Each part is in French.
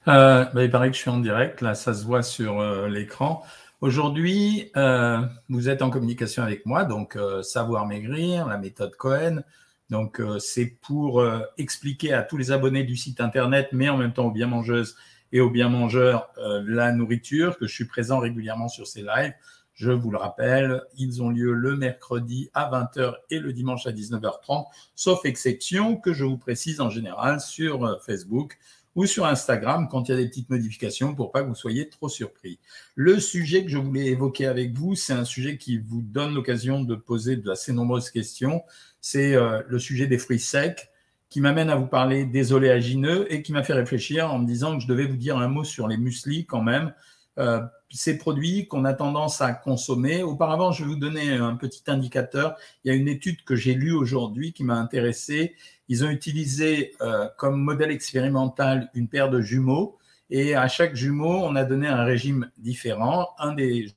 Il paraît que je suis en direct, là ça se voit sur l'écran. Aujourd'hui, vous êtes en communication avec moi, donc Savoir Maigrir, la méthode Cohen. Donc c'est pour expliquer à tous les abonnés du site internet, mais en même temps aux bien mangeuses et aux bien mangeurs, la nourriture, que je suis présent régulièrement sur ces lives. Je vous le rappelle, ils ont lieu le mercredi à 20h et le dimanche à 19h30, sauf exception que je vous précise en général sur Facebook ou sur Instagram quand il y a des petites modifications pour pas que vous soyez trop surpris. Le sujet que je voulais évoquer avec vous, c'est un sujet qui vous donne l'occasion de poser d'assez nombreuses questions. C'est le sujet des fruits secs qui m'amène à vous parler des oléagineux et qui m'a fait réfléchir en me disant que je devais vous dire un mot sur les mueslis quand même. Ces produits qu'on a tendance à consommer. Auparavant, je vais vous donner un petit indicateur. Il y a une étude que j'ai lue aujourd'hui qui m'a intéressé. Ils ont utilisé comme modèle expérimental une paire de jumeaux et à chaque jumeau, on a donné un régime différent. Un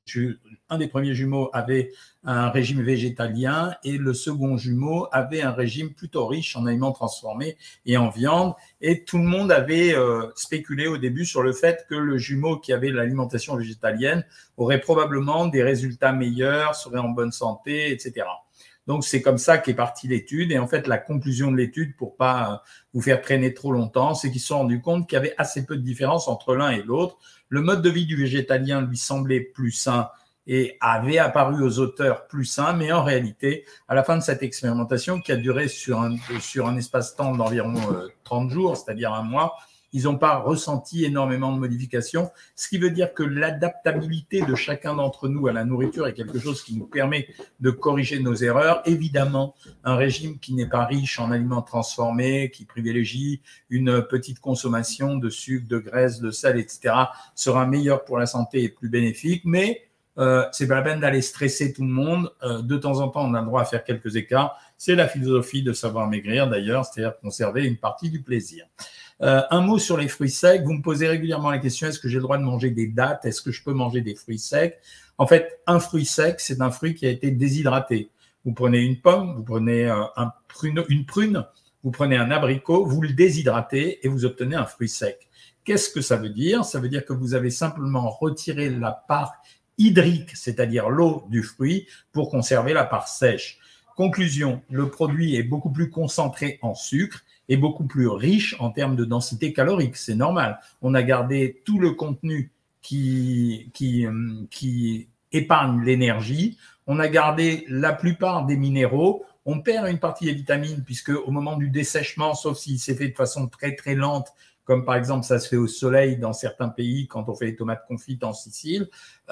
des premiers jumeaux avait un régime végétalien et le second jumeau avait un régime plutôt riche en aliments transformés et en viande. Et tout le monde avait spéculé au début sur le fait que le jumeau qui avait l'alimentation végétalienne aurait probablement des résultats meilleurs, serait en bonne santé, etc. Donc, c'est comme ça qu'est partie l'étude. Et en fait, la conclusion de l'étude, pour pas vous faire traîner trop longtemps, c'est qu'ils se sont rendus compte qu'il y avait assez peu de différence entre l'un et l'autre. Le mode de vie du végétalien lui semblait plus sain et avait apparu aux auteurs plus sain, mais en réalité, à la fin de cette expérimentation qui a duré sur un espace-temps d'environ 30 jours, c'est-à-dire un mois, ils n'ont pas ressenti énormément de modifications, ce qui veut dire que l'adaptabilité de chacun d'entre nous à la nourriture est quelque chose qui nous permet de corriger nos erreurs. Évidemment, un régime qui n'est pas riche en aliments transformés, qui privilégie une petite consommation de sucre, de graisse, de sel, etc., sera meilleur pour la santé et plus bénéfique, mais c'est pas la peine d'aller stresser tout le monde. De temps en temps, on a le droit à faire quelques écarts. C'est la philosophie de Savoir Maigrir, d'ailleurs, c'est-à-dire conserver une partie du plaisir. Un mot sur les fruits secs. Vous me posez régulièrement la question, est-ce que j'ai le droit de manger des dattes? Est-ce que je peux manger des fruits secs? En fait, un fruit sec, c'est un fruit qui a été déshydraté. Vous prenez une pomme, vous prenez une prune, vous prenez un abricot, vous le déshydratez et vous obtenez un fruit sec. Qu'est-ce que ça veut dire? Ça veut dire que vous avez simplement retiré la part hydrique, c'est-à-dire l'eau du fruit, pour conserver la part sèche. Conclusion, le produit est beaucoup plus concentré en sucre et beaucoup plus riche en termes de densité calorique. C'est normal. On a gardé tout le contenu qui épargne l'énergie. On a gardé la plupart des minéraux. On perd une partie des vitamines puisque au moment du dessèchement, sauf s'il s'est fait de façon très très lente, comme par exemple ça se fait au soleil dans certains pays quand on fait les tomates confites en Sicile,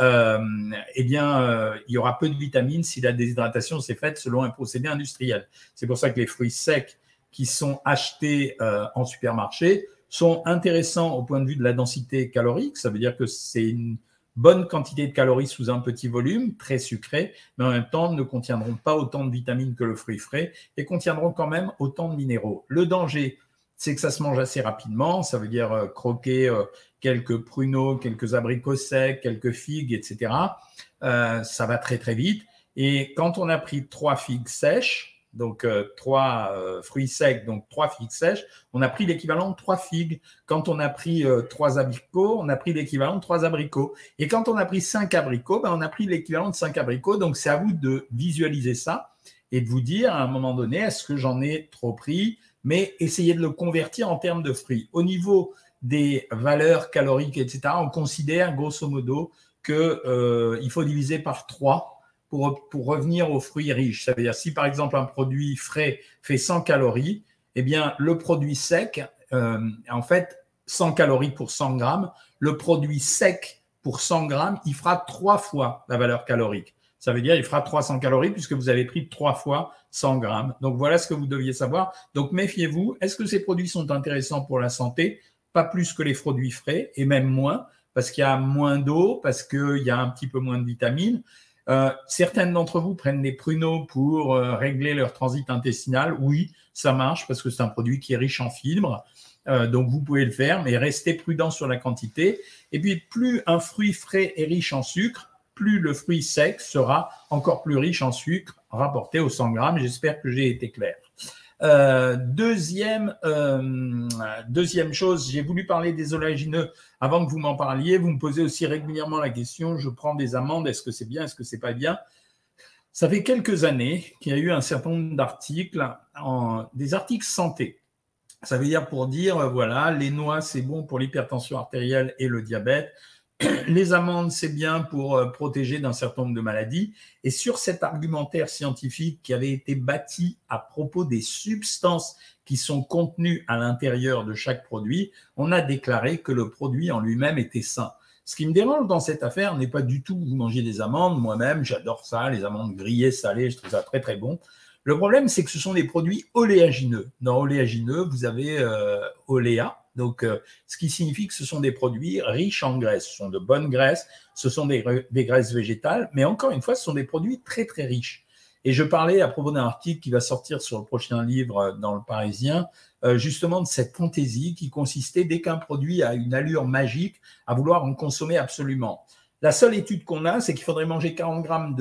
il y aura peu de vitamines si la déshydratation s'est faite selon un procédé industriel. C'est pour ça que les fruits secs qui sont achetés en supermarché sont intéressants au point de vue de la densité calorique. Ça veut dire que c'est une bonne quantité de calories sous un petit volume, très sucré, mais en même temps ne contiendront pas autant de vitamines que le fruit frais et contiendront quand même autant de minéraux. Le danger, c'est que ça se mange assez rapidement. Ça veut dire croquer quelques pruneaux, quelques abricots secs, quelques figues, etc. Ça va très, très vite. Et quand on a pris 3 figues sèches, donc 3 fruits secs, donc 3 figues sèches, on a pris l'équivalent de 3 figues. Quand on a pris 3 abricots, on a pris l'équivalent de 3 abricots. Et quand on a pris 5 abricots, on a pris l'équivalent de 5 abricots. Donc, c'est à vous de visualiser ça et de vous dire à un moment donné, est-ce que j'en ai trop pris? Mais essayez de le convertir en termes de fruits. Au niveau des valeurs caloriques, etc., on considère grosso modo qu'il faut diviser par 3 pour revenir aux fruits riches. Ça veut dire si par exemple un produit frais fait 100 calories, eh bien le produit sec, en fait, 100 calories pour 100 grammes, le produit sec pour 100 grammes, il fera 3 fois la valeur calorique. Ça veut dire qu'il fera 300 calories puisque vous avez pris 3 fois 100 grammes. Donc voilà ce que vous deviez savoir. Donc méfiez-vous. Est-ce que ces produits sont intéressants pour la santé? Pas plus que les produits frais et même moins parce qu'il y a moins d'eau, parce qu'il y a un petit peu moins de vitamines. Certaines d'entre vous prennent des pruneaux pour régler leur transit intestinal. Oui, ça marche parce que c'est un produit qui est riche en fibres. Donc, vous pouvez le faire, mais restez prudent sur la quantité. Et puis, plus un fruit frais est riche en sucre, plus le fruit sec sera encore plus riche en sucre rapporté aux 100 grammes. J'espère que j'ai été clair. Deuxième chose, j'ai voulu parler des oléagineux avant que vous m'en parliez. Vous me posez aussi régulièrement la question, je prends des amandes, est-ce que c'est bien, est-ce que c'est pas bien? Ça fait quelques années qu'il y a eu un certain nombre d'articles, des articles santé. Ça veut dire pour dire, voilà, les noix, c'est bon pour l'hypertension artérielle et le diabète. Les amandes, c'est bien pour protéger d'un certain nombre de maladies. Et sur cet argumentaire scientifique qui avait été bâti à propos des substances qui sont contenues à l'intérieur de chaque produit, on a déclaré que le produit en lui-même était sain. Ce qui me dérange dans cette affaire n'est pas du tout que vous mangez des amandes. Moi-même, j'adore ça, les amandes grillées, salées, je trouve ça très, très bon. Le problème, c'est que ce sont des produits oléagineux. Dans oléagineux, vous avez oléa, donc ce qui signifie que ce sont des produits riches en graisses. Ce sont de bonnes graisses, ce sont des graisses végétales, mais encore une fois, ce sont des produits très, très riches. Et je parlais à propos d'un article qui va sortir sur le prochain livre dans Le Parisien, justement de cette fantaisie qui consistait, dès qu'un produit a une allure magique, à vouloir en consommer absolument. La seule étude qu'on a, c'est qu'il faudrait manger 40 grammes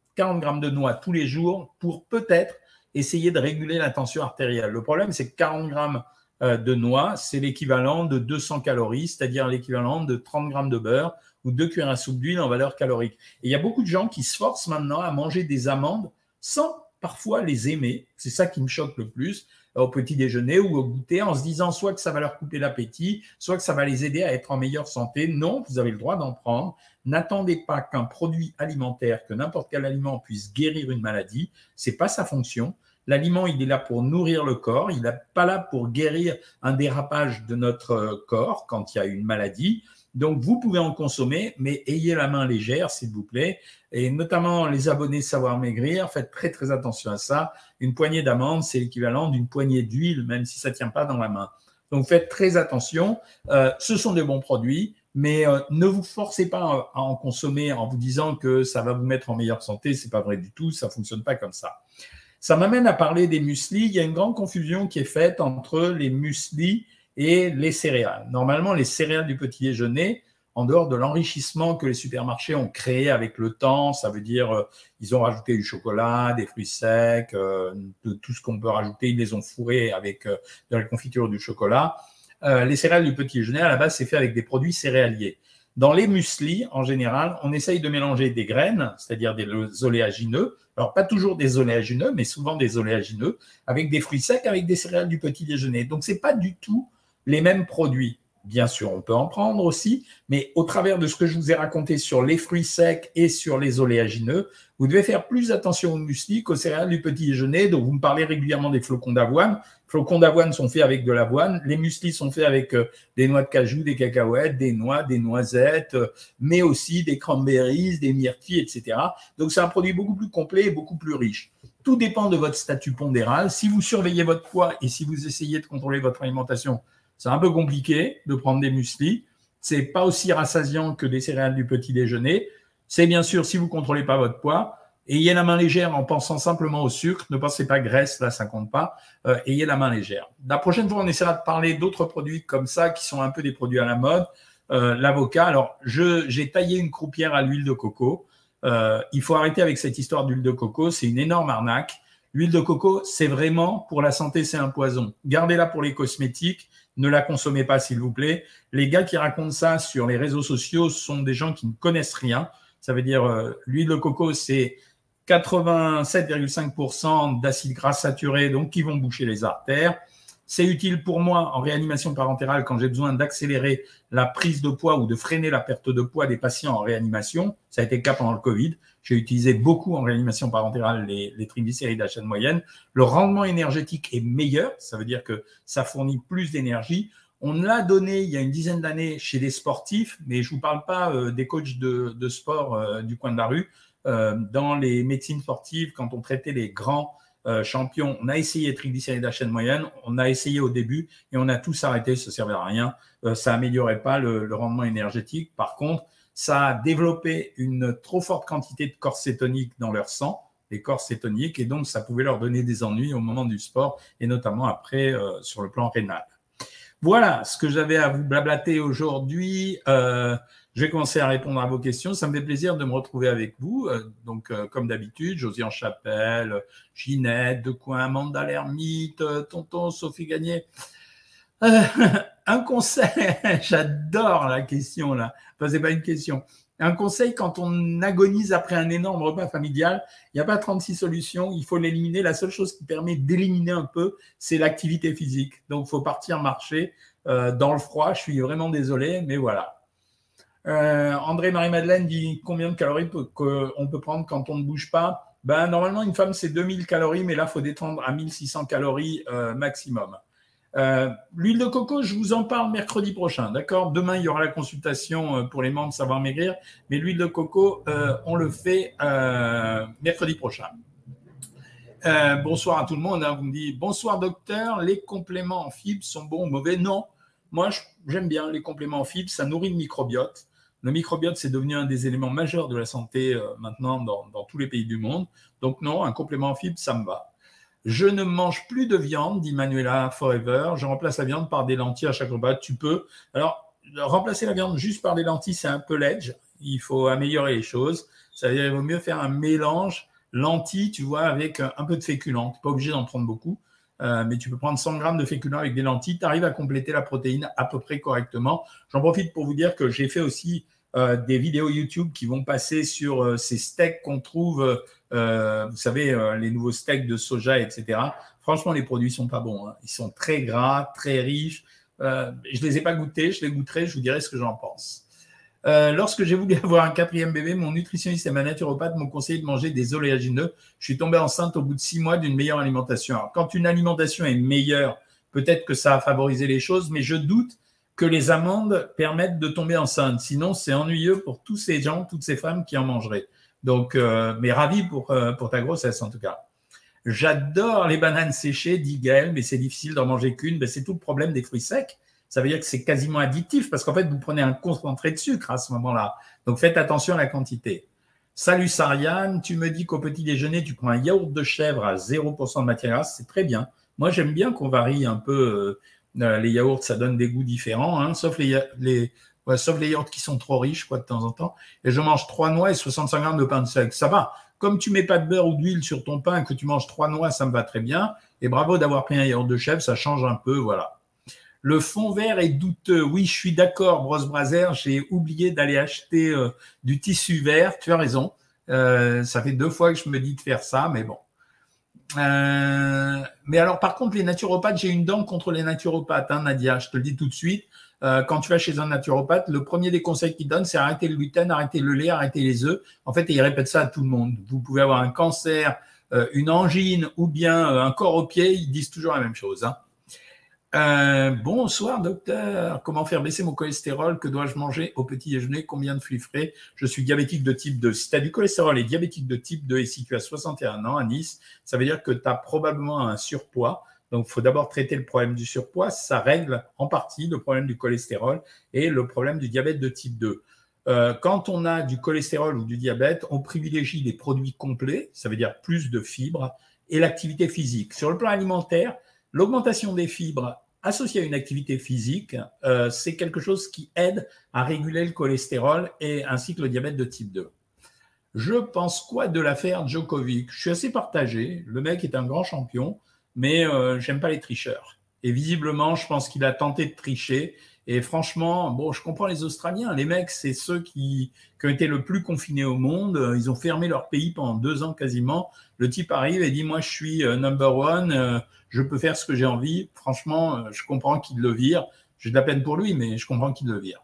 de noix tous les jours pour peut-être essayer de réguler la tension artérielle. Le problème, c'est que 40 grammes de noix, c'est l'équivalent de 200 calories, c'est-à-dire l'équivalent de 30 grammes de beurre ou 2 cuillères à soupe d'huile en valeur calorique. Et il y a beaucoup de gens qui se forcent maintenant à manger des amandes sans parfois les aimer. C'est ça qui me choque le plus au petit déjeuner ou au goûter, en se disant soit que ça va leur couper l'appétit, soit que ça va les aider à être en meilleure santé. Non, vous avez le droit d'en prendre. N'attendez pas qu'un produit alimentaire, que n'importe quel aliment puisse guérir une maladie. C'est pas sa fonction. L'aliment, il est là pour nourrir le corps. Il n'est pas là pour guérir un dérapage de notre corps quand il y a une maladie. Donc, vous pouvez en consommer, mais ayez la main légère, s'il vous plaît. Et notamment, les abonnés Savoir Maigrir, faites très, très attention à ça. Une poignée d'amandes, c'est l'équivalent d'une poignée d'huile, même si ça ne tient pas dans la main. Donc, faites très attention. Ce sont de bons produits, mais ne vous forcez pas à en consommer en vous disant que ça va vous mettre en meilleure santé. Ce n'est pas vrai du tout. Ça ne fonctionne pas comme ça. Ça m'amène à parler des mueslis. Il y a une grande confusion qui est faite entre les mueslis et les céréales. Normalement, les céréales du petit déjeuner, en dehors de l'enrichissement que les supermarchés ont créé avec le temps, ça veut dire ils ont rajouté du chocolat, des fruits secs, de tout ce qu'on peut rajouter, ils les ont fourrés avec de la confiture du chocolat. Les céréales du petit déjeuner, à la base, c'est fait avec des produits céréaliers. Dans les mueslis, en général, on essaye de mélanger des graines, c'est-à-dire des oléagineux. Alors, pas toujours des oléagineux, mais souvent des oléagineux, avec des fruits secs, avec des céréales du petit déjeuner. Donc, ce n'est pas du tout les mêmes produits. Bien sûr, on peut en prendre aussi, mais au travers de ce que je vous ai raconté sur les fruits secs et sur les oléagineux, vous devez faire plus attention aux muesli qu'aux céréales du petit déjeuner. Donc, vous me parlez régulièrement des flocons d'avoine. Les flocons d'avoine sont faits avec de l'avoine. Les mueslis sont faits avec des noix de cajou, des cacahuètes, des noix, des noisettes, mais aussi des cranberries, des myrtilles, etc. Donc, c'est un produit beaucoup plus complet et beaucoup plus riche. Tout dépend de votre statut pondéral. Si vous surveillez votre poids et si vous essayez de contrôler votre alimentation, c'est un peu compliqué de prendre des mueslis. C'est pas aussi rassasiant que des céréales du petit déjeuner. C'est bien sûr, si vous ne contrôlez pas votre poids, ayez la main légère en pensant simplement au sucre. Ne pensez pas graisse, là, ça ne compte pas. Ayez la main légère. La prochaine fois, on essaiera de parler d'autres produits comme ça qui sont un peu des produits à la mode. L'avocat, alors, j'ai taillé une croupière à l'huile de coco. Il faut arrêter avec cette histoire d'huile de coco. C'est une énorme arnaque. L'huile de coco, c'est vraiment, pour la santé, c'est un poison. Gardez-la pour les cosmétiques. Ne la consommez pas, s'il vous plaît. Les gars qui racontent ça sur les réseaux sociaux sont des gens qui ne connaissent rien. Ça veut dire l'huile de coco, c'est 87,5% d'acides gras saturés, donc qui vont boucher les artères. C'est utile pour moi en réanimation parentérale quand j'ai besoin d'accélérer la prise de poids ou de freiner la perte de poids des patients en réanimation. Ça a été le cas pendant le Covid. J'ai utilisé beaucoup en réanimation parentérale les triglycérides à chaîne moyenne. Le rendement énergétique est meilleur. Ça veut dire que ça fournit plus d'énergie. On l'a donné il y a une dizaine d'années chez des sportifs, mais je ne vous parle pas des coachs de sport du coin de la rue. Dans les médecines sportives, quand on traitait les grands champions, on a essayé triglycérides à chaîne moyenne, on a essayé au début et on a tous arrêté, ça ne servait à rien. Ça n'améliorait pas le rendement énergétique. Par contre, ça a développé une trop forte quantité de corps cétonique dans leur sang, les corps cétoniques, et donc ça pouvait leur donner des ennuis au moment du sport et notamment après sur le plan rénal. Voilà ce que j'avais à vous blablater aujourd'hui. Je vais commencer à répondre à vos questions. Ça me fait plaisir de me retrouver avec vous. Comme d'habitude, Josiane Chapelle, Ginette, Decoing, Amanda l'Ermite, Tonton, Sophie Gagné. Un conseil, j'adore la question là. Enfin, c'est pas une question. Un conseil quand on agonise après un énorme repas familial, il n'y a pas 36 solutions, il faut l'éliminer. La seule chose qui permet d'éliminer un peu, c'est l'activité physique. Donc, il faut partir marcher dans le froid. Je suis vraiment désolé, mais voilà. André-Marie-Madeleine dit combien de calories on peut prendre quand on ne bouge pas. Ben, normalement, une femme, c'est 2000 calories, mais là, il faut détendre à 1600 calories maximum. L'huile de coco, je vous en parle mercredi prochain, d'accord? Demain, il y aura la consultation pour les membres Savoir Maigrir, mais l'huile de coco, on le fait mercredi prochain. Bonsoir à tout le monde. Hein, vous me dites bonsoir docteur, les compléments en fibres sont bons ou mauvais? Non, moi j'aime bien les compléments en fibres, ça nourrit le microbiote. Le microbiote, c'est devenu un des éléments majeurs de la santé maintenant dans tous les pays du monde. Donc non, un complément en fibres, ça me va. Je ne mange plus de viande, dit Manuela Forever. Je remplace la viande par des lentilles à chaque repas. Tu peux. Alors, remplacer la viande juste par des lentilles, c'est un peu ledge. Il faut améliorer les choses. Ça veut dire qu'il vaut mieux faire un mélange lentilles, tu vois, avec un peu de féculents. Tu n'es pas obligé d'en prendre beaucoup, mais tu peux prendre 100 grammes de féculents avec des lentilles. Tu arrives à compléter la protéine à peu près correctement. J'en profite pour vous dire que j'ai fait aussi des vidéos YouTube qui vont passer sur ces steaks qu'on trouve, vous savez, les nouveaux steaks de soja, etc. Franchement, les produits sont pas bons. Hein. Ils sont très gras, très riches. Je les ai pas goûtés, je les goûterai, je vous dirai ce que j'en pense. Lorsque j'ai voulu avoir un 4e bébé, mon nutritionniste et ma naturopathe m'ont conseillé de manger des oléagineux. Je suis tombée enceinte au bout de 6 mois d'une meilleure alimentation. Alors, quand une alimentation est meilleure, peut-être que ça a favorisé les choses, mais je doute que les amandes permettent de tomber enceinte. Sinon, c'est ennuyeux pour tous ces gens, toutes ces femmes qui en mangeraient. Donc, mais ravi pour ta grossesse en tout cas. J'adore les bananes séchées, dit Gaël, mais c'est difficile d'en manger qu'une. Ben, c'est tout le problème des fruits secs. Ça veut dire que c'est quasiment addictif parce qu'en fait, vous prenez un concentré de sucre à ce moment-là. Donc, faites attention à la quantité. Salut Sariane, tu me dis qu'au petit déjeuner, tu prends un yaourt de chèvre à 0% de matière grasse. C'est très bien. Moi, j'aime bien qu'on varie un peu les yaourts. Ça donne des goûts différents, hein, sauf les yaourts qui sont trop riches, quoi, de temps en temps. Et je mange 3 noix et 65 grammes de pain de seigle. Ça va. Comme tu mets pas de beurre ou d'huile sur ton pain et que tu manges 3 noix, ça me va très bien. Et bravo d'avoir pris un yaourt de chèvre, ça change un peu, voilà. Le fond vert est douteux. Oui, je suis d'accord, Brosse Brazer. J'ai oublié d'aller acheter du tissu vert. Tu as raison. Ça fait 2 fois que je me dis de faire ça, mais bon. Mais alors, par contre, les naturopathes, j'ai une dent contre les naturopathes, hein, Nadia. Je te le dis tout de suite. Quand tu vas chez un naturopathe, le premier des conseils qu'il donne, c'est arrêter le gluten, arrêter le lait, arrêter les œufs. En fait, il répète ça à tout le monde. Vous pouvez avoir un cancer, une angine ou bien un corps au pied. Ils disent toujours la même chose, hein. Bonsoir docteur, comment faire baisser mon cholestérol? Que dois-je manger au petit déjeuner? Combien de fruits frais? Je suis diabétique de type 2. Si tu as du cholestérol et diabétique de type 2 et si tu as 61 ans à Nice, ça veut dire que tu as probablement un surpoids. Donc, il faut d'abord traiter le problème du surpoids. Ça règle en partie le problème du cholestérol et le problème du diabète de type 2. Quand on a du cholestérol ou du diabète, on privilégie les produits complets, ça veut dire plus de fibres, et l'activité physique. Sur le plan alimentaire, l'augmentation des fibres associée à une activité physique, c'est quelque chose qui aide à réguler le cholestérol et ainsi que le diabète de type 2. Je pense quoi de l'affaire Djokovic? Je suis assez partagé. Le mec est un grand champion, mais j'aime pas les tricheurs. Et visiblement, je pense qu'il a tenté de tricher. Et franchement, bon, je comprends les Australiens. Les mecs, c'est ceux qui ont été le plus confinés au monde. Ils ont fermé leur pays pendant 2 ans quasiment. Le type arrive et dit, moi, je suis number one. Je peux faire ce que j'ai envie. Franchement, je comprends qu'il le vire. J'ai de la peine pour lui, mais je comprends qu'il le vire.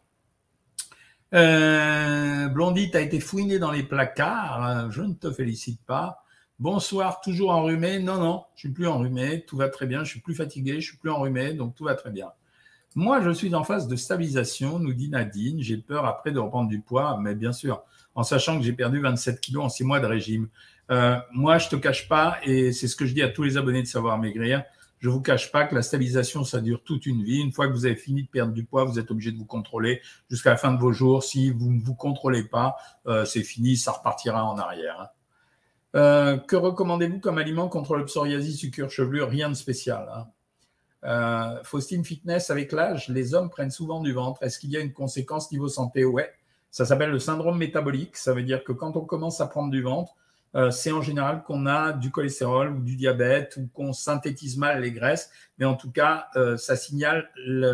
Blondie, tu as été fouiné dans les placards. Je ne te félicite pas. Bonsoir, toujours enrhumé? Non, non, je suis plus enrhumé. Tout va très bien. Je suis plus fatigué. Je suis plus enrhumé. Donc, tout va très bien. Moi, je suis en phase de stabilisation, nous dit Nadine. J'ai peur après de reprendre du poids, mais bien sûr, en sachant que j'ai perdu 27 kilos en 6 mois de régime. Moi, je te cache pas, et c'est ce que je dis à tous les abonnés de Savoir Maigrir, je vous cache pas que la stabilisation, ça dure toute une vie. Une fois que vous avez fini de perdre du poids, vous êtes obligé de vous contrôler jusqu'à la fin de vos jours. Si vous ne vous contrôlez pas, c'est fini, ça repartira en arrière. Que recommandez-vous comme aliment contre le psoriasis du cuir chevelu? Rien de spécial. Faustine Fitness, avec l'âge, les hommes prennent souvent du ventre. Est-ce qu'il y a une conséquence niveau santé? Ouais, ça s'appelle le syndrome métabolique. Ça veut dire que quand on commence à prendre du ventre, c'est en général qu'on a du cholestérol ou du diabète ou qu'on synthétise mal les graisses. Mais en tout cas, ça signale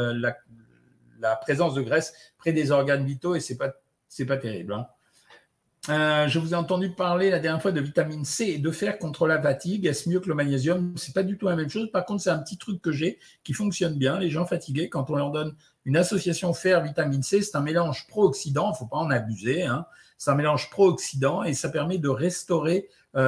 la présence de graisse près des organes vitaux et c'est pas terrible. Hein. Je vous ai entendu parler la dernière fois de vitamine C et de fer contre la fatigue. Est-ce mieux que le magnésium? C'est pas du tout la même chose. Par contre, c'est un petit truc que j'ai qui fonctionne bien. Les gens fatigués, quand on leur donne une association fer-vitamine C, c'est un mélange pro-oxydant. Il ne faut pas en abuser. Hein. C'est un mélange pro-oxydant et ça permet de restaurer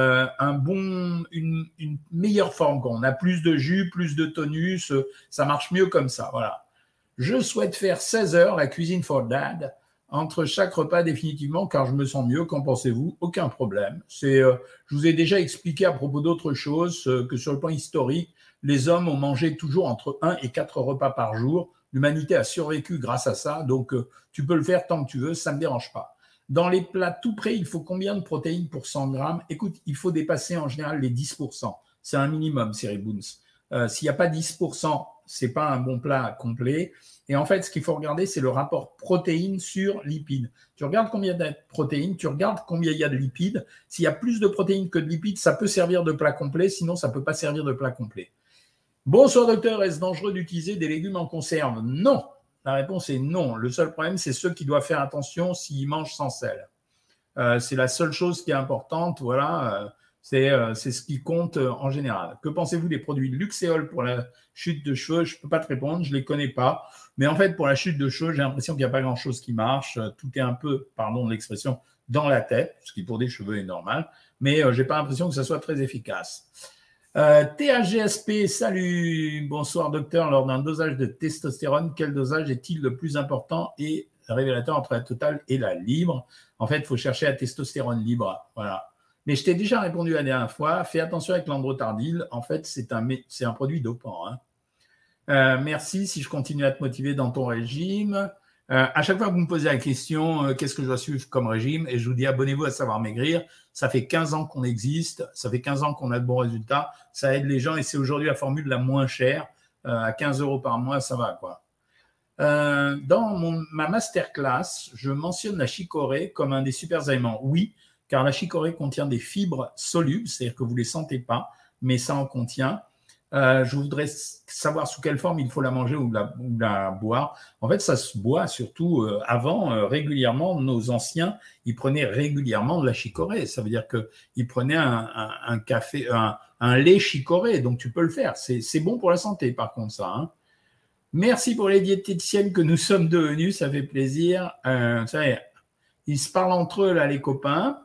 une meilleure forme. Quand on a plus de jus, plus de tonus, ça marche mieux comme ça. Voilà. Je souhaite faire 16 heures la cuisine for dad entre chaque repas définitivement, car je me sens mieux. Qu'en pensez-vous? Aucun problème. Je vous ai déjà expliqué à propos d'autres choses que sur le plan historique, les hommes ont mangé toujours entre 1 et 4 repas par jour. L'humanité a survécu grâce à ça, donc tu peux le faire tant que tu veux, ça ne me dérange pas. Dans les plats tout prêts, il faut combien de protéines pour 100 grammes? Écoute, il faut dépasser en général les 10%. C'est un minimum, Cyril Boons. S'il n'y a pas 10%, ce n'est pas un bon plat complet. Et en fait, ce qu'il faut regarder, c'est le rapport protéines sur lipides. Tu regardes combien il y a de protéines, tu regardes combien il y a de lipides. S'il y a plus de protéines que de lipides, ça peut servir de plat complet, sinon ça ne peut pas servir de plat complet. Bonsoir docteur, est-ce dangereux d'utiliser des légumes en conserve? Non, la réponse est non. Le seul problème, c'est ceux qui doivent faire attention s'ils mangent sans sel. C'est la seule chose qui est importante, voilà. C'est ce qui compte en général. Que pensez-vous des produits Luxéol pour la chute de cheveux? Je ne peux pas te répondre, je ne les connais pas. Mais en fait, pour la chute de cheveux, j'ai l'impression qu'il n'y a pas grand-chose qui marche. Tout est un peu, pardon de l'expression, dans la tête, ce qui pour des cheveux est normal. Mais je n'ai pas l'impression que ça soit très efficace. THGSP, salut. Bonsoir docteur. Lors d'un dosage de testostérone, quel dosage est-il le plus important et révélateur entre la totale et la libre? En fait, il faut chercher la testostérone libre. Voilà. Mais je t'ai déjà répondu la dernière fois, fais attention avec l'androtardil. En fait, c'est un produit dopant. Hein. Merci si je continue à te motiver dans ton régime. À chaque fois que vous me posez la question, qu'est-ce que je dois suivre comme régime? Et je vous dis, abonnez-vous à Savoir Maigrir. Ça fait 15 ans qu'on existe. Ça fait 15 ans qu'on a de bons résultats. Ça aide les gens et c'est aujourd'hui la formule la moins chère. À 15 € par mois, ça va, quoi. Dans ma masterclass, je mentionne la chicorée comme un des super aliments. Oui, car la chicorée contient des fibres solubles, c'est-à-dire que vous ne les sentez pas, mais ça en contient. Je voudrais savoir sous quelle forme il faut la manger ou la boire. En fait, ça se boit surtout avant, régulièrement. Nos anciens, ils prenaient régulièrement de la chicorée. Ça veut dire qu'ils prenaient un café, un lait chicoré. Donc, tu peux le faire. C'est bon pour la santé, par contre, ça. Hein. Merci pour les diététiciennes que nous sommes devenus. Ça fait plaisir. Ils se parlent entre eux, là, les copains.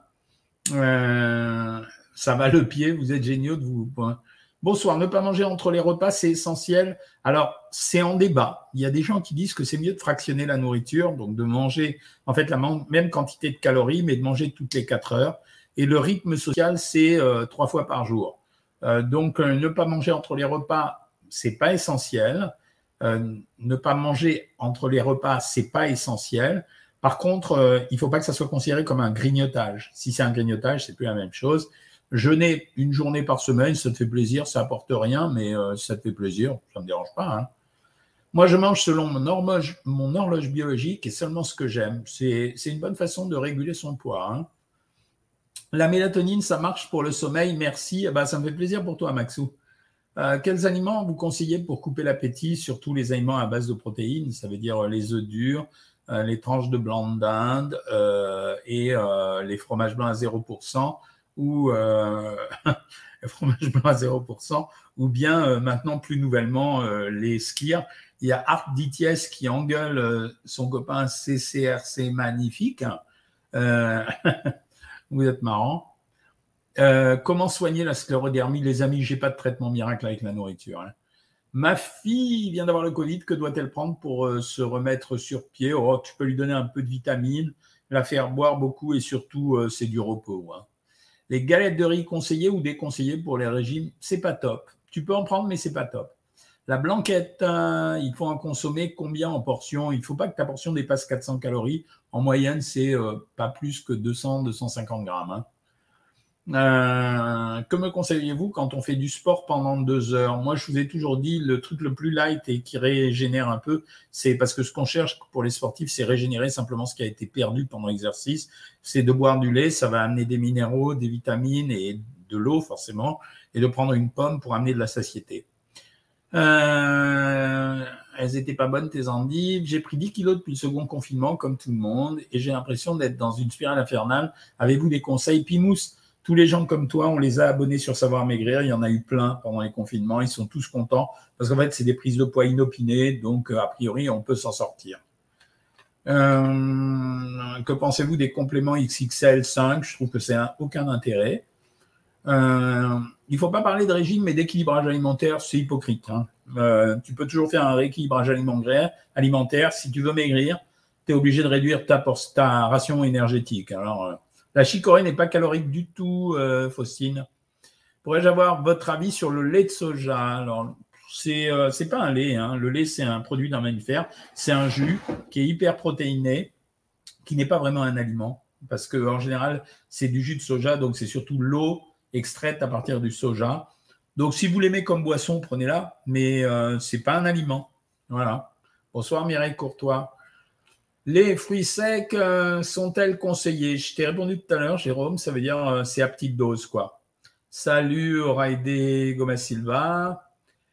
Ça va le pied. Vous êtes géniaux de vous. Bonsoir, ne pas manger entre les repas, c'est essentiel. Alors, c'est en débat. Il y a des gens qui disent que c'est mieux de fractionner la nourriture, donc de manger en fait la même quantité de calories, mais de manger toutes les 4 heures. Et le rythme social, c'est 3 fois par jour. Donc, ne pas manger entre les repas, c'est pas essentiel. Ne pas manger entre les repas, c'est pas essentiel. Par contre, il ne faut pas que ça soit considéré comme un grignotage. Si c'est un grignotage, c'est plus la même chose. Jeûner une journée par semaine, ça te fait plaisir, ça apporte rien, mais ça te fait plaisir, ça ne me dérange pas. Hein. Moi, je mange selon mon horloge biologique et seulement ce que j'aime. C'est une bonne façon de réguler son poids. Hein. La mélatonine, ça marche pour le sommeil, merci. Eh ben, ça me fait plaisir pour toi, Maxou. Quels aliments vous conseillez pour couper l'appétit, surtout les aliments à base de protéines? Ça veut dire les œufs durs, les tranches de blanc d'Inde et les fromages blancs à 0%. Ou le fromage blanc à 0%, ou bien maintenant plus nouvellement les skiers. Il y a Art Dities qui engueule son copain CCRC magnifique. Vous êtes marrant. Comment soigner la sclérodermie? Les amis, j'ai pas de traitement miracle avec la nourriture. Hein. Ma fille vient d'avoir le Covid, que doit-elle prendre pour se remettre sur pied? Oh, tu peux lui donner un peu de vitamines, la faire boire beaucoup et surtout c'est du repos. Hein. Les galettes de riz conseillées ou déconseillées pour les régimes, c'est pas top. Tu peux en prendre, mais c'est pas top. La blanquette, il faut en consommer combien en portion? Il ne faut pas que ta portion dépasse 400 calories. En moyenne, c'est pas plus que 200-250 grammes. Hein. Que me conseillez-vous quand on fait du sport pendant 2 heures? Moi, je vous ai toujours dit, le truc le plus light et qui régénère un peu, c'est parce que ce qu'on cherche pour les sportifs, c'est régénérer simplement ce qui a été perdu pendant l'exercice. C'est de boire du lait, ça va amener des minéraux, des vitamines et de l'eau forcément, et de prendre une pomme pour amener de la satiété. Elles étaient pas bonnes tes endives. J'ai pris 10 kilos depuis le second confinement, comme tout le monde, et j'ai l'impression d'être dans une spirale infernale. Avez-vous des conseils? Pimous, tous les gens comme toi, on les a abonnés sur Savoir Maigrir. Il y en a eu plein pendant les confinements. Ils sont tous contents parce qu'en fait, c'est des prises de poids inopinées. Donc, a priori, on peut s'en sortir. Que pensez-vous des compléments XXL 5? Je trouve que c'est aucun intérêt. Il ne faut pas parler de régime, mais d'équilibrage alimentaire, c'est hypocrite. Hein. Tu peux toujours faire un rééquilibrage alimentaire. Si tu veux maigrir, tu es obligé de réduire ta ration énergétique. Alors, la chicorée n'est pas calorique du tout, Faustine. Pourrais-je avoir votre avis sur le lait de soja? Alors, c'est pas un lait. Hein. Le lait, c'est un produit d'un mammifère. C'est un jus qui est hyper protéiné, qui n'est pas vraiment un aliment. Parce qu'en général, c'est du jus de soja, donc c'est surtout l'eau extraite à partir du soja. Donc, si vous l'aimez comme boisson, prenez-la, mais ce n'est pas un aliment. Voilà. Bonsoir Mireille Courtois. Les fruits secs sont-elles conseillées? Je t'ai répondu tout à l'heure, Jérôme, ça veut dire c'est à petite dose, quoi. Salut Oraide Gomez Silva.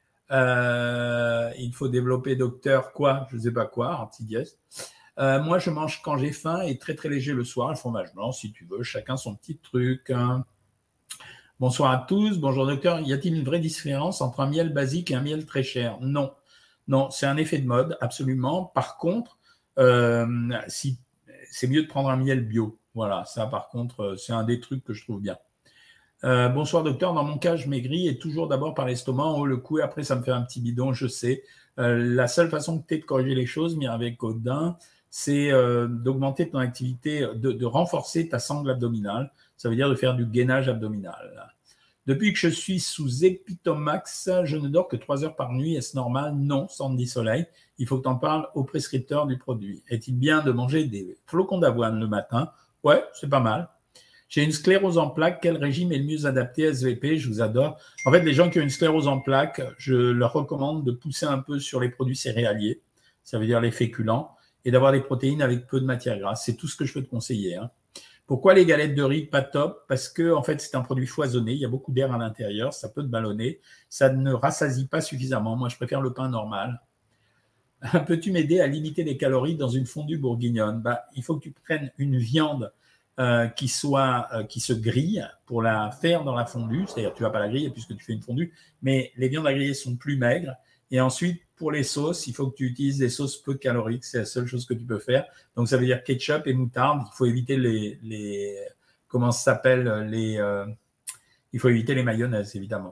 Il faut développer docteur quoi? Je ne sais pas quoi, Artidiès. Moi, je mange quand j'ai faim et très très léger le soir, le fromage blanc, si tu veux, chacun son petit truc. Hein. Bonsoir à tous, bonjour docteur. Y a-t-il une vraie différence entre un miel basique et un miel très cher? Non, non, c'est un effet de mode, absolument. Par contre, si, c'est mieux de prendre un miel bio. Voilà, ça par contre, c'est un des trucs que je trouve bien. Bonsoir docteur, dans mon cas, je maigris et toujours d'abord par l'estomac, en haut le cou, et après ça me fait un petit bidon, je sais. La seule façon que tu aies de corriger les choses, Mireille Gaudin, c'est d'augmenter ton activité, de renforcer ta sangle abdominale. Ça veut dire de faire du gainage abdominal. Depuis que je suis sous Epitomax, je ne dors que 3 heures par nuit. Est-ce normal? Non, Sandy Soleil. Il faut que tu en parles au prescripteur du produit. Est-il bien de manger des flocons d'avoine le matin? Ouais, c'est pas mal. J'ai une sclérose en plaques. Quel régime est le mieux adapté? SVP, je vous adore. En fait, les gens qui ont une sclérose en plaques, je leur recommande de pousser un peu sur les produits céréaliers. Ça veut dire les féculents. Et d'avoir des protéines avec peu de matière grasse. C'est tout ce que je peux te conseiller. Hein. Pourquoi les galettes de riz pas top? Parce que en fait, c'est un produit foisonné. Il y a beaucoup d'air à l'intérieur. Ça peut te ballonner. Ça ne rassasie pas suffisamment. Moi, je préfère le pain normal. Peux-tu m'aider à limiter les calories dans une fondue bourguignonne? Il faut que tu prennes une viande qui se grille pour la faire dans la fondue. C'est-à-dire tu ne vas pas la griller puisque tu fais une fondue. Mais les viandes à griller sont plus maigres. Et ensuite, pour les sauces, il faut que tu utilises des sauces peu caloriques. C'est la seule chose que tu peux faire. Donc, ça veut dire ketchup et moutarde. Il faut éviter comment ça s'appelle il faut éviter les mayonnaises, évidemment.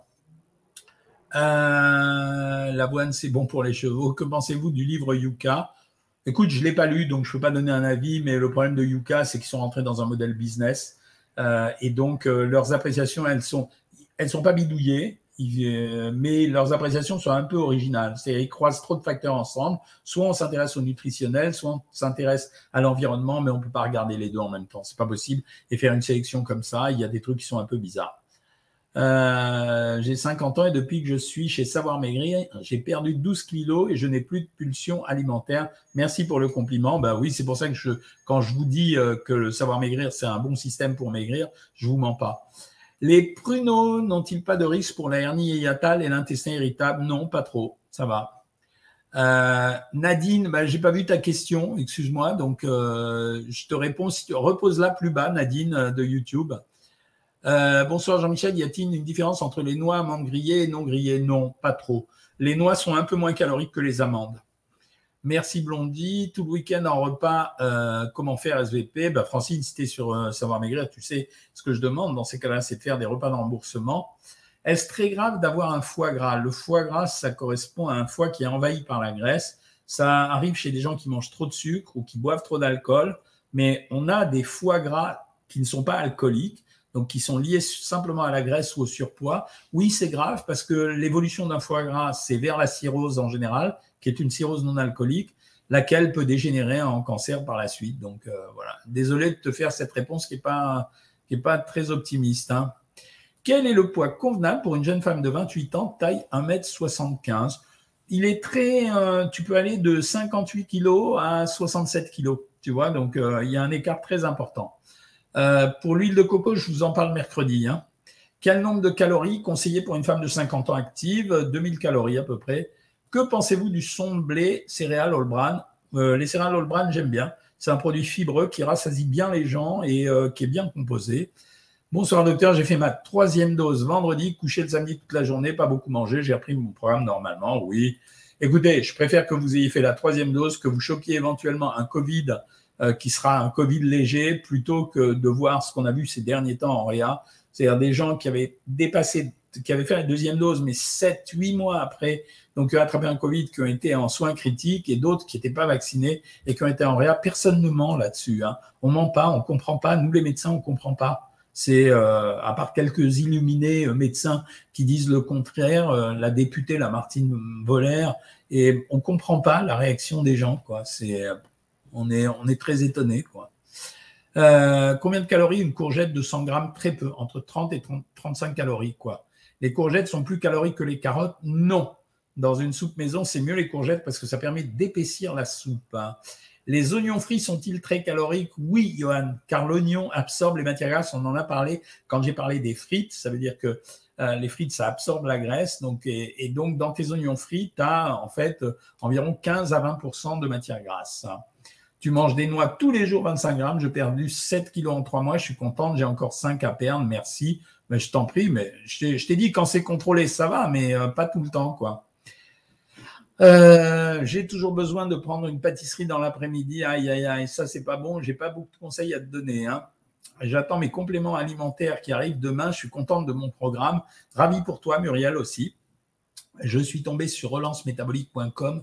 L'avoine, c'est bon pour les chevaux. Que pensez-vous du livre Yuka? Écoute, je ne l'ai pas lu, donc je ne peux pas donner un avis, mais le problème de Yuka, c'est qu'ils sont rentrés dans un modèle business. Et donc, leurs appréciations, elles sont pas bidouillées. Mais leurs appréciations sont un peu originales. C'est-à-dire qu'ils croisent trop de facteurs ensemble. Soit on s'intéresse au nutritionnel, soit on s'intéresse à l'environnement, mais on ne peut pas regarder les deux en même temps. C'est pas possible. Et faire une sélection comme ça, il y a des trucs qui sont un peu bizarres. J'ai 50 ans et depuis que je suis chez Savoir Maigrir, j'ai perdu 12 kilos et je n'ai plus de pulsion alimentaire. Merci pour le compliment. Oui, c'est pour ça que quand je vous dis que le Savoir Maigrir, c'est un bon système pour maigrir, je vous mens pas. Les pruneaux n'ont-ils pas de risque pour la hernie hiatale et l'intestin irritable? Non, pas trop, ça va. Nadine, j'ai pas vu ta question, excuse-moi, donc je te réponds, repose-la plus bas, Nadine, de YouTube. Bonsoir Jean-Michel, y a-t-il une différence entre les noix, amandes grillées et non grillées? Non, pas trop. Les noix sont un peu moins caloriques que les amandes. Merci Blondie. Tout le week-end en repas, comment faire SVP? Francine, si tu es sur Savoir Maigrir, tu sais ce que je demande dans ces cas-là, c'est de faire des repas de remboursement. Est-ce très grave d'avoir un foie gras? Le foie gras, ça correspond à un foie qui est envahi par la graisse. Ça arrive chez des gens qui mangent trop de sucre ou qui boivent trop d'alcool, mais on a des foie gras qui ne sont pas alcooliques, donc qui sont liés simplement à la graisse ou au surpoids. Oui, c'est grave parce que l'évolution d'un foie gras, c'est vers la cirrhose en général, qui est une cirrhose non alcoolique, laquelle peut dégénérer en cancer par la suite. Donc voilà, désolé de te faire cette réponse qui n'est qui n'est pas très optimiste. Hein. Quel est le poids convenable pour une jeune femme de 28 ans, taille 1,75 m? Il est très, tu peux aller de 58 kg à 67 kg, tu vois, donc il y a un écart très important. Pour l'huile de coco, je vous en parle mercredi. Hein. Quel nombre de calories conseillé pour une femme de 50 ans active? 2000 calories à peu près. Que pensez-vous du son de blé céréales All Bran? Les céréales All Bran, j'aime bien. C'est un produit fibreux qui rassasie bien les gens et qui est bien composé. Bonsoir docteur, j'ai fait ma 3e dose vendredi, couché le samedi toute la journée, pas beaucoup mangé, j'ai repris mon programme normalement, oui. Écoutez, je préfère que vous ayez fait la 3e dose, que vous chopiez éventuellement un Covid qui sera un Covid léger, plutôt que de voir ce qu'on a vu ces derniers temps en réa, c'est-à-dire des gens qui avaient dépassé, qui avaient fait la 2e dose, mais 7-8 mois après, donc qui ont attrapé un Covid, qui ont été en soins critiques, et d'autres qui n'étaient pas vaccinés et qui ont été en réa. Personne ne ment là-dessus. Hein. On ment pas, on comprend pas. Nous, les médecins, on comprend pas. C'est, à part quelques illuminés médecins qui disent le contraire, la députée, la Martine Voller, et on comprend pas la réaction des gens, quoi. On est très étonnés, quoi. Combien de calories une courgette de 100 grammes? Très peu, entre 30 et 35 calories, quoi. Les courgettes sont plus caloriques que les carottes? Non. Dans une soupe maison, c'est mieux les courgettes parce que ça permet d'épaissir la soupe. Hein. Les oignons frits sont-ils très caloriques? Oui, Johan, car l'oignon absorbe les matières grasses. On en a parlé quand j'ai parlé des frites. Ça veut dire que les frites, ça absorbe la graisse. Donc, et donc, dans tes oignons frits, tu as en fait environ 15 à 20% de matières grasses. Tu manges des noix tous les jours, 25 grammes. J'ai perdu 7 kilos en 3 mois. Je suis contente. J'ai encore 5 à perdre. Merci. Mais je t'en prie. Mais je t'ai dit, quand c'est contrôlé, ça va, mais pas tout le temps, quoi. J'ai toujours besoin de prendre une pâtisserie dans l'après-midi. Aïe, aïe, aïe, ça, c'est pas bon. J'ai pas beaucoup de conseils à te donner. Hein. J'attends mes compléments alimentaires qui arrivent demain. Je suis contente de mon programme. Ravi pour toi, Muriel, aussi. Je suis tombé sur relancemétabolique.com.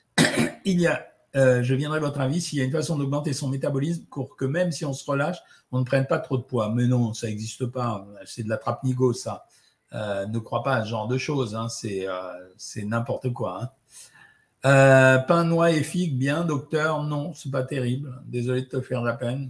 Je viendrai à votre avis s'il y a une façon d'augmenter son métabolisme pour que même si on se relâche, on ne prenne pas trop de poids. Mais non, ça n'existe pas. C'est de la trappe-nigo, ça. Ne crois pas à ce genre de choses. Hein. C'est n'importe quoi. Hein. Pain, noix et figues, bien, docteur? Non, c'est pas terrible. Désolé de te faire de la peine.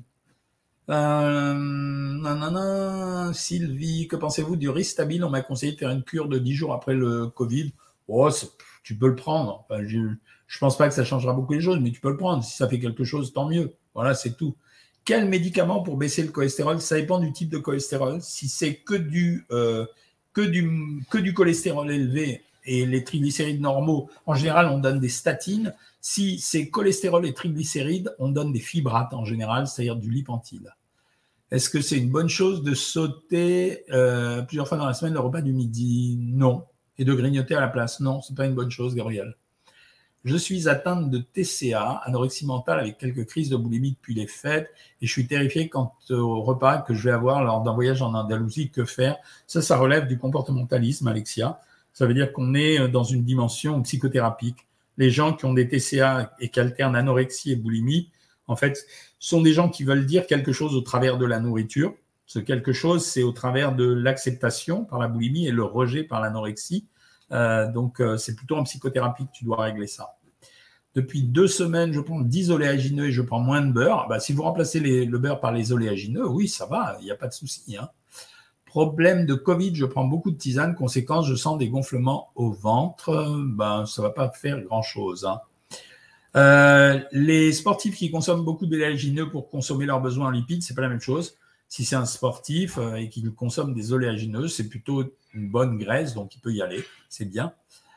Sylvie, que pensez-vous du Ristabile? On m'a conseillé de faire une cure de 10 jours après le Covid. Oh, tu peux le prendre. Enfin, je pense pas que ça changera beaucoup les choses, mais tu peux le prendre. Si ça fait quelque chose, tant mieux. Voilà, c'est tout. Quel médicament pour baisser le cholestérol? Ça dépend du type de cholestérol. Si c'est que du cholestérol élevé et les triglycérides normaux, en général, on donne des statines. Si c'est cholestérol et triglycérides, on donne des fibrates en général, c'est-à-dire du Lipentil. Est-ce que c'est une bonne chose de sauter plusieurs fois dans la semaine le repas du midi? Non. Et de grignoter à la place? Non, c'est pas une bonne chose, Gabriel. Je suis atteinte de TCA, anorexie mentale, avec quelques crises de boulimie depuis les fêtes, et je suis terrifiée quant au repas que je vais avoir lors d'un voyage en Andalousie. Que faire? Ça relève du comportementalisme, Alexia. Ça veut dire qu'on est dans une dimension psychothérapique. Les gens qui ont des TCA et qui alternent anorexie et boulimie, en fait, sont des gens qui veulent dire quelque chose au travers de la nourriture. Ce quelque chose, c'est au travers de l'acceptation par la boulimie et le rejet par l'anorexie. Donc, c'est plutôt en psychothérapie que tu dois régler ça. Depuis 2 semaines, je prends 10 oléagineux et je prends moins de beurre. Si vous remplacez le beurre par les oléagineux, oui, ça va, il n'y a pas de souci. Hein. Problème de Covid, je prends beaucoup de tisane. Conséquence, je sens des gonflements au ventre. Ça ne va pas faire grand-chose. Hein. Les sportifs qui consomment beaucoup d'oléagineux pour consommer leurs besoins en lipides, c'est pas la même chose. Si c'est un sportif et qu'il consomme des oléagineux, c'est plutôt une bonne graisse, donc il peut y aller, c'est bien.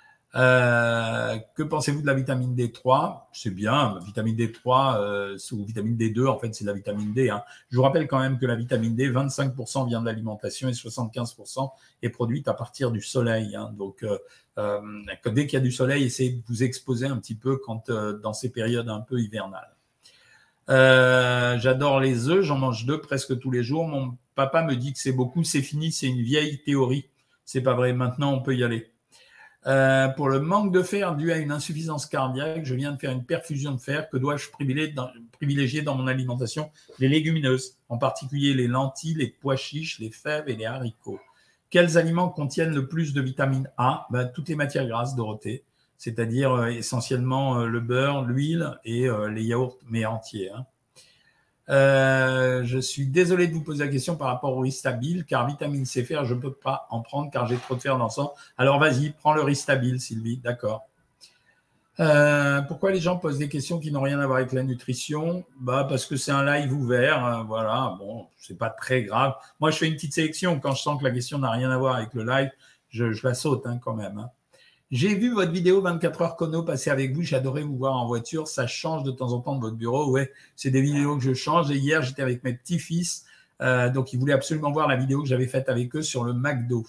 Que pensez-vous de la vitamine D3? C'est bien, vitamine D3 ou vitamine D2, en fait, c'est de la vitamine D. Hein. Je vous rappelle quand même que la vitamine D, 25% vient de l'alimentation et 75% est produite à partir du soleil. Hein. Donc, dès qu'il y a du soleil, essayez de vous exposer un petit peu dans ces périodes un peu hivernales. J'adore les œufs, j'en mange 2 presque tous les jours. Mon papa me dit que c'est beaucoup, c'est fini, c'est une vieille théorie. C'est pas vrai, maintenant on peut y aller. Pour le manque de fer dû à une insuffisance cardiaque, je viens de faire une perfusion de fer. Que dois-je privilégier dans mon alimentation? Les légumineuses, en particulier les lentilles, les pois chiches, les fèves et les haricots. Quels aliments contiennent le plus de vitamine A? Toutes les matières grasses, Dorothée, c'est-à-dire essentiellement le beurre, l'huile et les yaourts, mais entiers. Hein. Je suis désolé de vous poser la question par rapport au Ristabil, car vitamine C fer, je ne peux pas en prendre car j'ai trop de fer dans le sang. Alors vas-y, prends le Ristabil, Sylvie, d'accord. Pourquoi les gens posent des questions qui n'ont rien à voir avec la nutrition? Parce que c'est un live ouvert, voilà, bon, c'est pas très grave. Moi, je fais une petite sélection. Quand je sens que la question n'a rien à voir avec le live, je la saute quand même. J'ai vu votre vidéo 24 heures chrono passer avec vous. J'adorais vous voir en voiture. Ça change de temps en temps de votre bureau. Ouais, c'est des vidéos que je change. Et hier, j'étais avec mes petits-fils. Donc, ils voulaient absolument voir la vidéo que j'avais faite avec eux sur le McDo.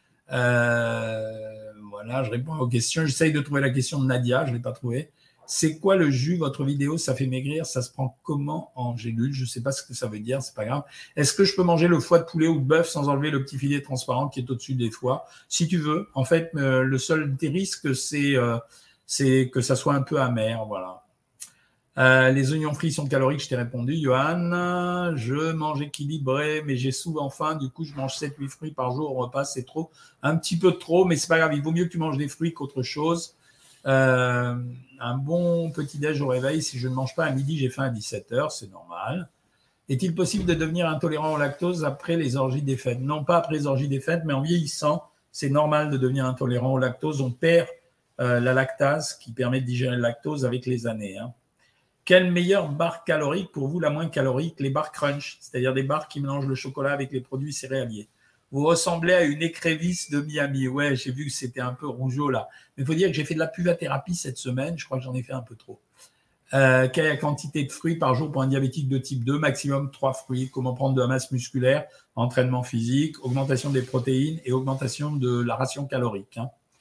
Voilà, je réponds aux questions. J'essaye de trouver la question de Nadia. Je ne l'ai pas trouvée. C'est quoi le jus? Votre vidéo, ça fait maigrir. Ça se prend comment en gélule? Je ne sais pas ce que ça veut dire. C'est pas grave. Est-ce que je peux manger le foie de poulet ou de bœuf sans enlever le petit filet transparent qui est au-dessus des foies? Si tu veux. En fait, le seul des risques, c'est que ça soit un peu amer. Voilà. Les oignons frits sont caloriques, je t'ai répondu, Johan. Je mange équilibré, mais j'ai souvent faim. Du coup, je mange 7-8 fruits par jour au repas. C'est trop, un petit peu trop, mais c'est pas grave. Il vaut mieux que tu manges des fruits qu'autre chose. Un bon petit-déj au réveil. Si je ne mange pas à midi, j'ai faim à 17h. C'est normal. Est-il possible de devenir intolérant au lactose après les orgies des fêtes? Non, pas après les orgies des fêtes, mais en vieillissant, c'est normal de devenir intolérant au lactose. On perd la lactase qui permet de digérer le lactose avec les années. Quelle meilleure barre calorique pour vous, la moins calorique? Les barres crunch, c'est-à-dire des barres qui mélangent le chocolat avec les produits céréaliers. Vous ressemblez à une écrevisse de Miami. Ouais, j'ai vu que c'était un peu rougeau là. Mais il faut dire que j'ai fait de la puvathérapie cette semaine. Je crois que j'en ai fait un peu trop. Quelle est la quantité de fruits par jour pour un diabétique de type 2? Maximum 3 fruits. Comment prendre de la masse musculaire? Entraînement physique, augmentation des protéines et augmentation de la ration calorique.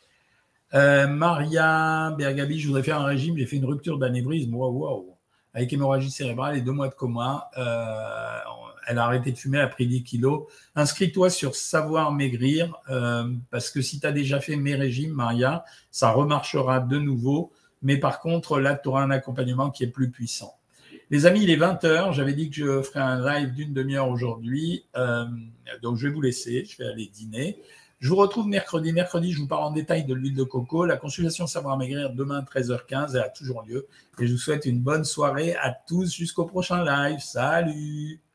Maria Bergabi, je voudrais faire un régime. J'ai fait une rupture d'anévrisme. Wow. Avec hémorragie cérébrale et 2 mois de coma. Elle a arrêté de fumer, elle a pris 10 kilos. Inscris-toi sur Savoir Maigrir, parce que si tu as déjà fait mes régimes, Maria, ça remarchera de nouveau. Mais par contre, là, tu auras un accompagnement qui est plus puissant. Les amis, il est 20h. J'avais dit que je ferais un live d'une demi-heure aujourd'hui. Donc, je vais vous laisser. Je vais aller dîner. Je vous retrouve mercredi. Mercredi, je vous parle en détail de l'huile de coco. La consultation Savoir Maigrir demain 13h15, elle a toujours lieu. Et je vous souhaite une bonne soirée à tous jusqu'au prochain live. Salut!